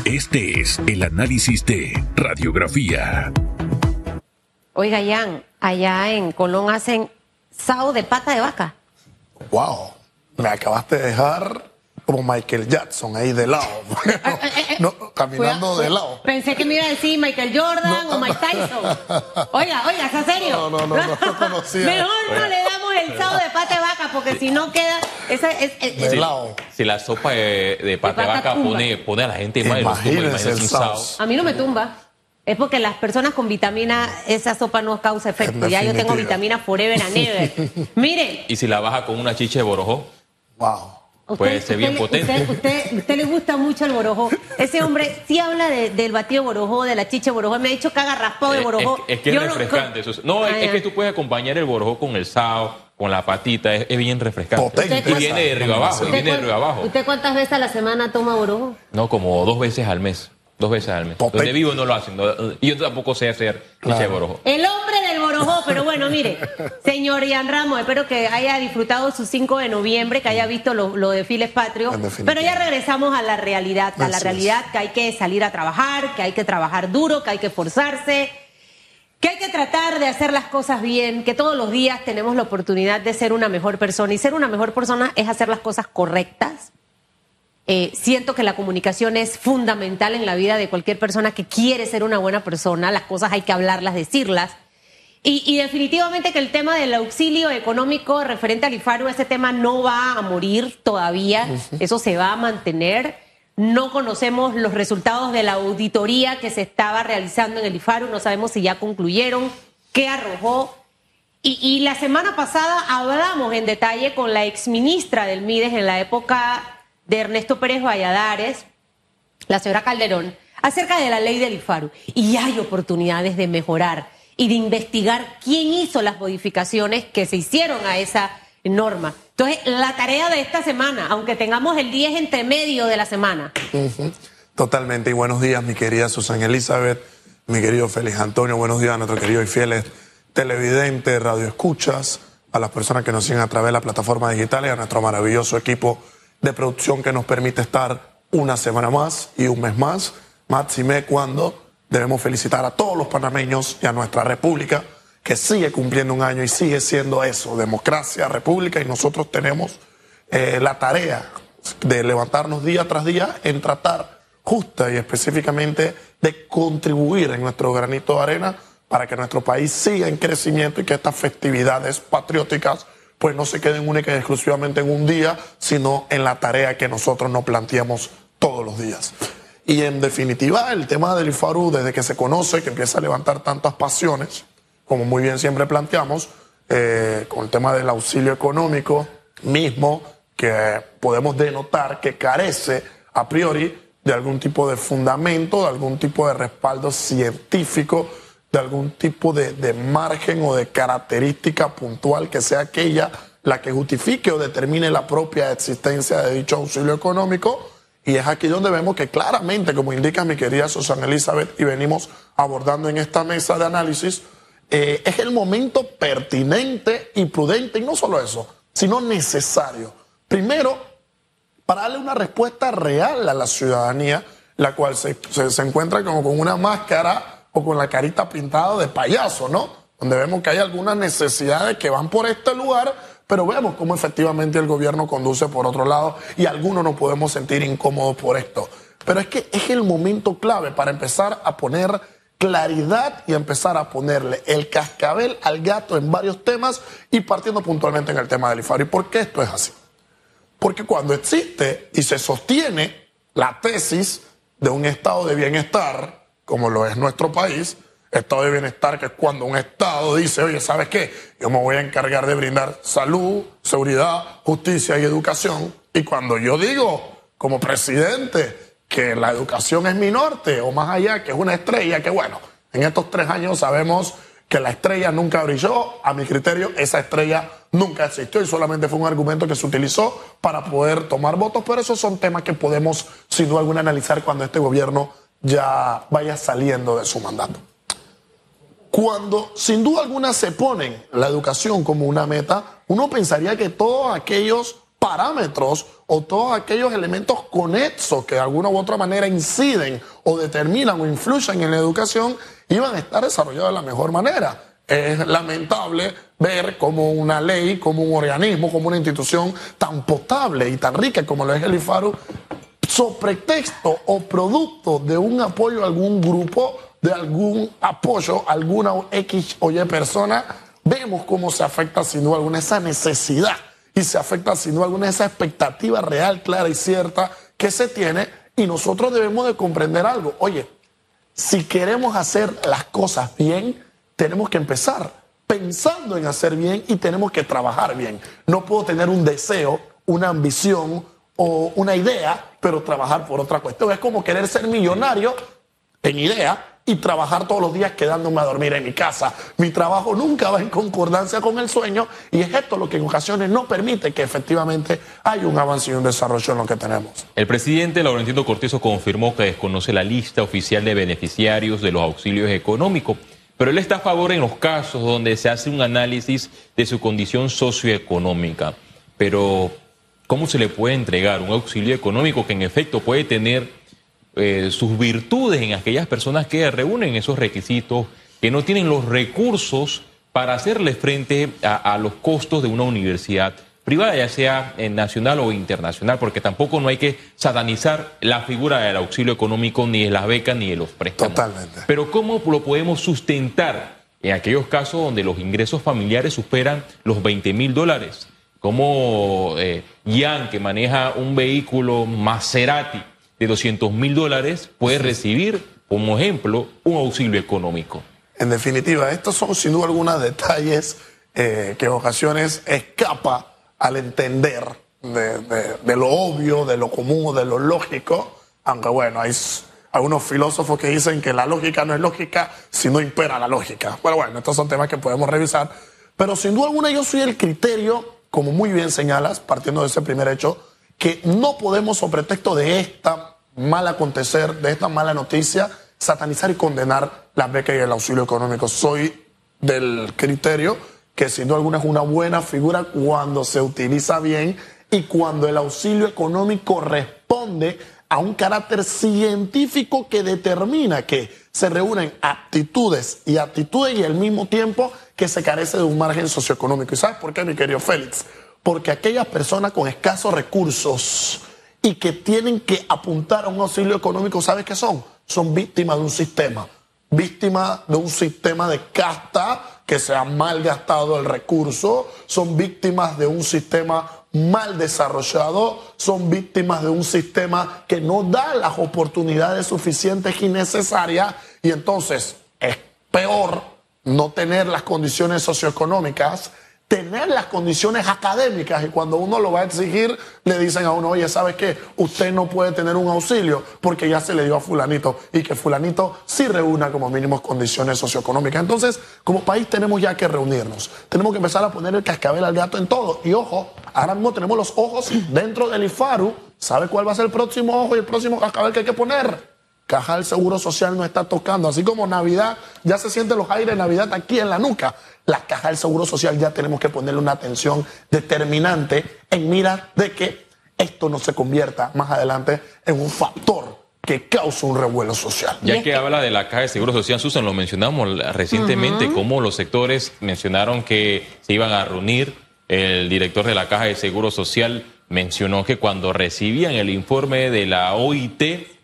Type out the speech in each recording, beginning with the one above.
Este es el análisis de Radiografía. Oiga, Jan, allá en Colón hacen sao de pata de vaca. Wow, me acabaste de dejar como Michael Jackson ahí de lado. No, caminando de lado. Pensé que me iba a decir Michael Jordan o Mike Tyson. Oiga, ¿es en serio? No conocía. Mejor no le damos el sao de pata de vaca porque si no queda... De lado. Si la sopa de pata de vaca pone a la gente mal, imagínese el sao. A mí no me tumba. Es porque las personas con vitamina, esa sopa no causa efecto. Ya yo tengo vitamina forever and ever. Miren. Y si la baja con una chicha de borojó. Wow. Puede ser bien potente. Usted le gusta mucho el borojó. Ese hombre sí habla del batido de borojó, de la chicha de borojó. Me ha dicho que haga raspado de borojó. Es que es refrescante. Es que tú puedes acompañar el borojó con el sao, con la patita. Es bien refrescante. Potente. Y viene de arriba abajo. ¿Usted cuántas veces a la semana toma borojó? No, como 2 veces al mes. 2 veces al mes. Potente. Donde vivo no lo hacen. Y yo tampoco sé hacer chicha de borojó. El hombre del borojó, pero bueno, mire, señor Ian Ramos, espero que haya disfrutado su 5 de noviembre, que haya visto los desfiles patrios, pero ya regresamos a la realidad, que hay que salir a trabajar, que hay que trabajar duro, que hay que esforzarse, que hay que tratar de hacer las cosas bien, que todos los días tenemos la oportunidad de ser una mejor persona, y ser una mejor persona es hacer las cosas correctas. Siento que la comunicación es fundamental en la vida de cualquier persona que quiere ser una buena persona. Las cosas hay que hablarlas, decirlas. Y definitivamente que el tema del auxilio económico referente al IFARU, ese tema no va a morir todavía. Eso se va a mantener. No conocemos los resultados de la auditoría que se estaba realizando en el IFARU. No sabemos si ya concluyeron, qué arrojó. Y la semana pasada hablamos en detalle con la exministra del MIDES en la época de Ernesto Pérez Valladares, la señora Calderón, acerca de la ley del IFARU. Y hay oportunidades de mejorar y de investigar quién hizo las modificaciones que se hicieron a esa norma. Entonces, la tarea de esta semana, aunque tengamos el 10 entre medio de la semana. Totalmente. Y buenos días, mi querida Susana Elizabeth, mi querido Félix Antonio, buenos días a nuestros queridos y fieles televidentes, radioescuchas, a las personas que nos siguen a través de la plataforma digital y a nuestro maravilloso equipo de producción que nos permite estar una semana más y un mes más, máxime cuando debemos felicitar a todos los panameños y a nuestra república que sigue cumpliendo un año y sigue siendo eso, democracia, república, y nosotros tenemos la tarea de levantarnos día tras día en tratar justa y específicamente de contribuir en nuestro granito de arena para que nuestro país siga en crecimiento y que estas festividades patrióticas pues no se queden única y exclusivamente en un día, sino en la tarea que nosotros nos planteamos todos los días. Y en definitiva, el tema del IFARU, desde que se conoce, que empieza a levantar tantas pasiones, como muy bien siempre planteamos, con el tema del auxilio económico mismo, que podemos denotar que carece a priori de algún tipo de fundamento, de algún tipo de respaldo científico, de algún tipo de margen o de característica puntual que sea aquella la que justifique o determine la propia existencia de dicho auxilio económico. Y es aquí donde vemos que claramente, como indica mi querida Susana Elizabeth, y venimos abordando en esta mesa de análisis, es el momento pertinente y prudente, y no solo eso, sino necesario. Primero, para darle una respuesta real a la ciudadanía, la cual se encuentra como con una máscara o con la carita pintada de payaso, ¿no? Donde vemos que hay algunas necesidades que van por este lugar, pero vemos cómo efectivamente el gobierno conduce por otro lado y algunos nos podemos sentir incómodos por esto. Pero es que es el momento clave para empezar a poner claridad y empezar a ponerle el cascabel al gato en varios temas y partiendo puntualmente en el tema del IFARU. ¿Y por qué esto es así? Porque cuando existe y se sostiene la tesis de un estado de bienestar, como lo es nuestro país, estado de bienestar que es cuando un estado dice, oye, ¿sabes qué? Yo me voy a encargar de brindar salud, seguridad, justicia y educación. Y cuando yo digo, como presidente, que la educación es mi norte, o más allá, que es una estrella, que bueno, en estos 3 años sabemos que la estrella nunca brilló, a mi criterio, esa estrella nunca existió y solamente fue un argumento que se utilizó para poder tomar votos, pero esos son temas que podemos, sin duda alguna, analizar cuando este gobierno ya vaya saliendo de su mandato. Cuando sin duda alguna se ponen la educación como una meta, uno pensaría que todos aquellos parámetros o todos aquellos elementos conexos que de alguna u otra manera inciden o determinan o influyen en la educación iban a estar desarrollados de la mejor manera. Es lamentable ver como una ley, como un organismo, como una institución tan potable y tan rica como lo es el IFARU, sobre pretexto o producto de un apoyo a algún grupo, de algún apoyo a alguna X o Y persona, vemos cómo se afecta sin duda alguna esa necesidad y se afecta sin duda alguna esa expectativa real, clara y cierta que se tiene, y nosotros debemos de comprender algo. Oye, si queremos hacer las cosas bien, tenemos que empezar pensando en hacer bien y tenemos que trabajar bien. No puedo tener un deseo, una ambición o una idea, pero trabajar por otra cuestión. Es como querer ser millonario en idea y trabajar todos los días quedándome a dormir en mi casa. Mi trabajo nunca va en concordancia con el sueño, y es esto lo que en ocasiones no permite que efectivamente haya un avance y un desarrollo en lo que tenemos. El presidente Laurentino Cortizo confirmó que desconoce la lista oficial de beneficiarios de los auxilios económicos, pero él está a favor en los casos donde se hace un análisis de su condición socioeconómica. Pero, ¿cómo se le puede entregar un auxilio económico que en efecto puede tener sus virtudes en aquellas personas que reúnen esos requisitos, que no tienen los recursos para hacerle frente a los costos de una universidad privada, ya sea nacional o internacional? Porque tampoco no hay que satanizar la figura del auxilio económico, ni de las becas, ni de los préstamos. Totalmente. Pero ¿cómo lo podemos sustentar en aquellos casos donde los ingresos familiares superan los $20,000? Como Ian, que maneja un vehículo Maserati de $200,000, puede recibir, como ejemplo, un auxilio económico. En definitiva, estos son sin duda algunos detalles que en ocasiones escapa al entender de lo obvio, de lo común o de lo lógico, aunque bueno, hay algunos filósofos que dicen que la lógica no es lógica si no impera la lógica. Bueno, estos son temas que podemos revisar, pero sin duda alguna yo soy el criterio, como muy bien señalas, partiendo de ese primer hecho, que no podemos, sobre pretexto de esta mal acontecer, de esta mala noticia, satanizar y condenar las becas y el auxilio económico. Soy del criterio que sin duda alguna es una buena figura cuando se utiliza bien y cuando el auxilio económico responde a un carácter científico que determina que se reúnen aptitudes y actitudes, y al mismo tiempo que se carece de un margen socioeconómico. ¿Y sabes por qué, mi querido Félix? Porque aquellas personas con escasos recursos y que tienen que apuntar a un auxilio económico, ¿sabes qué son? Son víctimas de un sistema. Víctimas de un sistema de casta que se ha mal gastado el recurso, son víctimas de un sistema mal desarrollado, son víctimas de un sistema que no da las oportunidades suficientes y necesarias, y entonces es peor no tener las condiciones socioeconómicas, tener las condiciones académicas, y cuando uno lo va a exigir le dicen a uno: oye, ¿sabes qué? Usted no puede tener un auxilio porque ya se le dio a fulanito, y que fulanito sí reúna como mínimos condiciones socioeconómicas. Entonces, como país tenemos ya que reunirnos, tenemos que empezar a poner el cascabel al gato en todo. Y ojo, ahora mismo tenemos los ojos dentro del IFARU. ¿Sabe cuál va a ser el próximo ojo y el próximo cascabel que hay que poner? Caja del Seguro Social nos está tocando. Así como Navidad, ya se sienten los aires de Navidad aquí en la nuca, la Caja del Seguro Social ya tenemos que ponerle una atención determinante en mira de que esto no se convierta más adelante en un factor que cause un revuelo social. Ya que habla de la Caja de Seguro Social, Susan, lo mencionamos recientemente, cómo los sectores mencionaron que se iban a reunir. El director de la Caja de Seguro Social mencionó que cuando recibían el informe de la OIT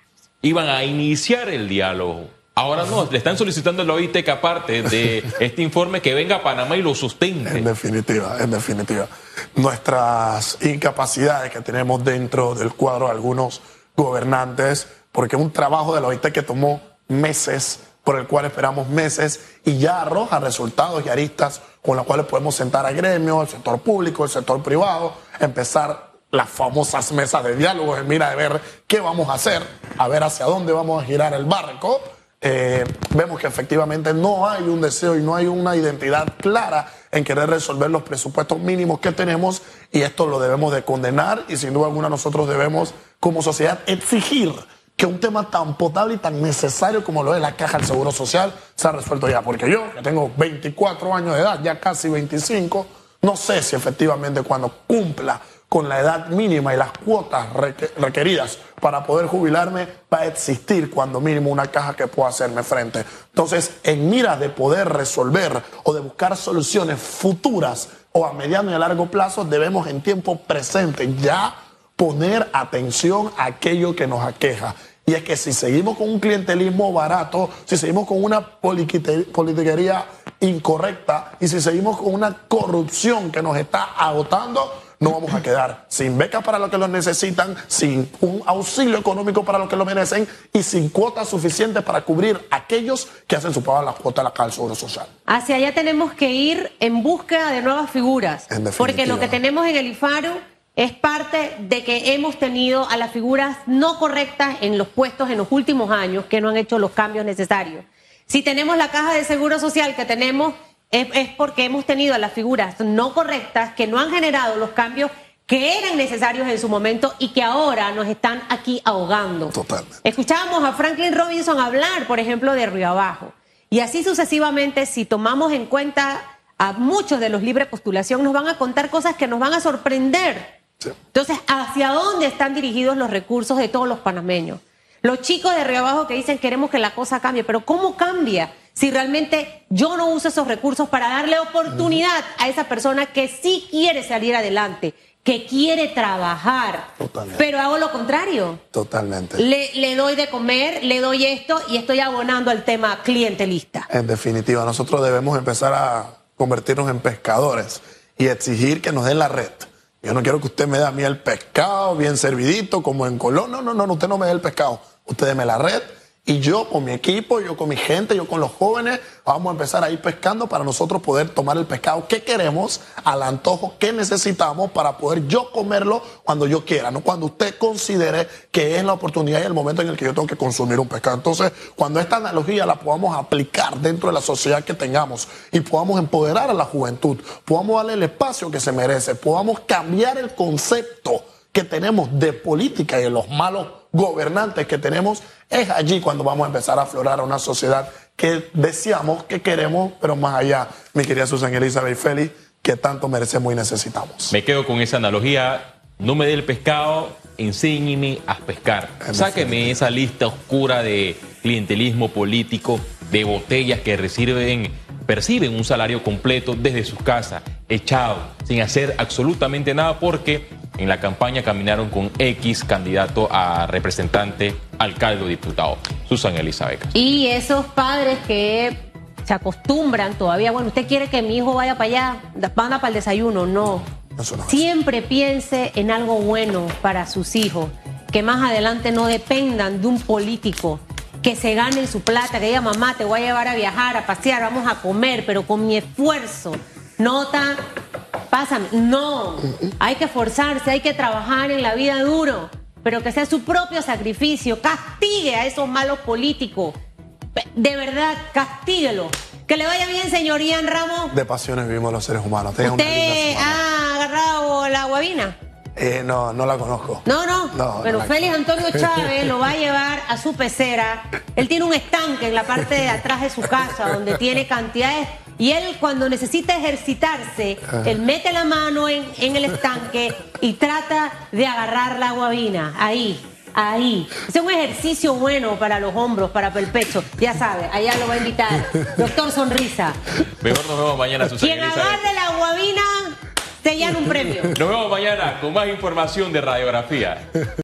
iban a iniciar el diálogo. Ahora no, le están solicitando a la OIT que aparte de este informe que venga a Panamá y lo sustente. En definitiva. Nuestras incapacidades que tenemos dentro del cuadro de algunos gobernantes, porque un trabajo de la OIT que tomó meses, por el cual esperamos meses, y ya arroja resultados y aristas con las cuales podemos sentar a gremios, el sector público, el sector privado, empezar las famosas mesas de diálogo en mira de ver qué vamos a hacer, a ver hacia dónde vamos a girar el barco. Vemos que efectivamente no hay un deseo y no hay una identidad clara en querer resolver los presupuestos mínimos que tenemos, y esto lo debemos de condenar, y sin duda alguna nosotros debemos como sociedad exigir que un tema tan potable y tan necesario como lo es la Caja del Seguro Social se ha resuelto ya, porque yo, que tengo 24 años de edad, ya casi 25, no sé si efectivamente cuando cumpla con la edad mínima y las cuotas requeridas para poder jubilarme, va a existir cuando mínimo una caja que pueda hacerme frente. Entonces, en miras de poder resolver o de buscar soluciones futuras o a mediano y a largo plazo, debemos en tiempo presente ya poner atención a aquello que nos aqueja. Y es que si seguimos con un clientelismo barato, si seguimos con una politiquería incorrecta y si seguimos con una corrupción que nos está agotando, no vamos a quedar sin becas para los que lo necesitan, sin un auxilio económico para los que lo merecen y sin cuotas suficientes para cubrir a aquellos que hacen su pago a las cuotas de la Caja del Seguro Social. Hacia allá tenemos que ir en búsqueda de nuevas figuras, porque lo que tenemos en el IFARU es parte de que hemos tenido a las figuras no correctas en los puestos en los últimos años que no han hecho los cambios necesarios. Si tenemos la Caja de Seguro Social que tenemos, es porque hemos tenido a las figuras no correctas que no han generado los cambios que eran necesarios en su momento y que ahora nos están aquí ahogando. Totalmente. Escuchábamos a Franklin Robinson hablar, por ejemplo, de Río Abajo. Y así sucesivamente, si tomamos en cuenta a muchos de los libre postulación, nos van a contar cosas que nos van a sorprender. Sí. Entonces, ¿hacia dónde están dirigidos los recursos de todos los panameños? Los chicos de Río Abajo que dicen queremos que la cosa cambie, pero ¿cómo cambia si realmente yo no uso esos recursos para darle oportunidad a esa persona que sí quiere salir adelante, que quiere trabajar? Totalmente. Pero hago lo contrario. Totalmente. Le doy de comer, le doy esto y estoy abonando al tema clientelista. En definitiva, nosotros debemos empezar a convertirnos en pescadores y exigir que nos den la red. Yo no quiero que usted me dé a mí el pescado bien servidito como en Colón. No, usted no me dé el pescado. Usted deme la red y yo con mi equipo, yo con mi gente, yo con los jóvenes, vamos a empezar a ir pescando para nosotros poder tomar el pescado que queremos, al antojo que necesitamos para poder yo comerlo cuando yo quiera, no cuando usted considere que es la oportunidad y el momento en el que yo tengo que consumir un pescado. Entonces, cuando esta analogía la podamos aplicar dentro de la sociedad que tengamos y podamos empoderar a la juventud, podamos darle el espacio que se merece, podamos cambiar el concepto que tenemos de política y de los malos gobernantes que tenemos, es allí cuando vamos a empezar a aflorar a una sociedad que deseamos, que queremos, pero más allá, mi querida Susan Elizabeth y Félix, que tanto merecemos y necesitamos. Me quedo con esa analogía, no me dé el pescado, enséñeme a pescar. Sáqueme esa lista oscura de clientelismo político, de botellas que perciben un salario completo desde sus casas, echados, sin hacer absolutamente nada, porque en la campaña caminaron con X candidato a representante, alcalde o diputado. Susan Elizabeth. Y esos padres que se acostumbran todavía, bueno, usted quiere que mi hijo vaya para allá, van para el desayuno, no. Siempre piense en algo bueno para sus hijos, que más adelante no dependan de un político, que se ganen su plata, que diga mamá, te voy a llevar a viajar, a pasear, vamos a comer, pero con mi esfuerzo, pásame. No, hay que esforzarse, hay que trabajar en la vida duro, pero que sea su propio sacrificio. Castigue a esos malos políticos. De verdad, castíguelo. Que le vaya bien, señor Ian Ramos. De pasiones vivimos los seres humanos. ¿Usted ha agarrado la guabina? No la conozco. No, pero Félix Antonio Chávez lo va a llevar a su pecera. Él tiene un estanque en la parte de atrás de su casa donde tiene cantidades. Y él, cuando necesita ejercitarse, él mete la mano en el estanque y trata de agarrar la guabina. Ahí. Es un ejercicio bueno para los hombros, para el pecho. Ya sabe, allá lo va a invitar. Doctor Sonrisa. Mejor nos vemos mañana, Susana Quien agarre la guabina se llama un premio. Nos vemos mañana con más información de Radiografía.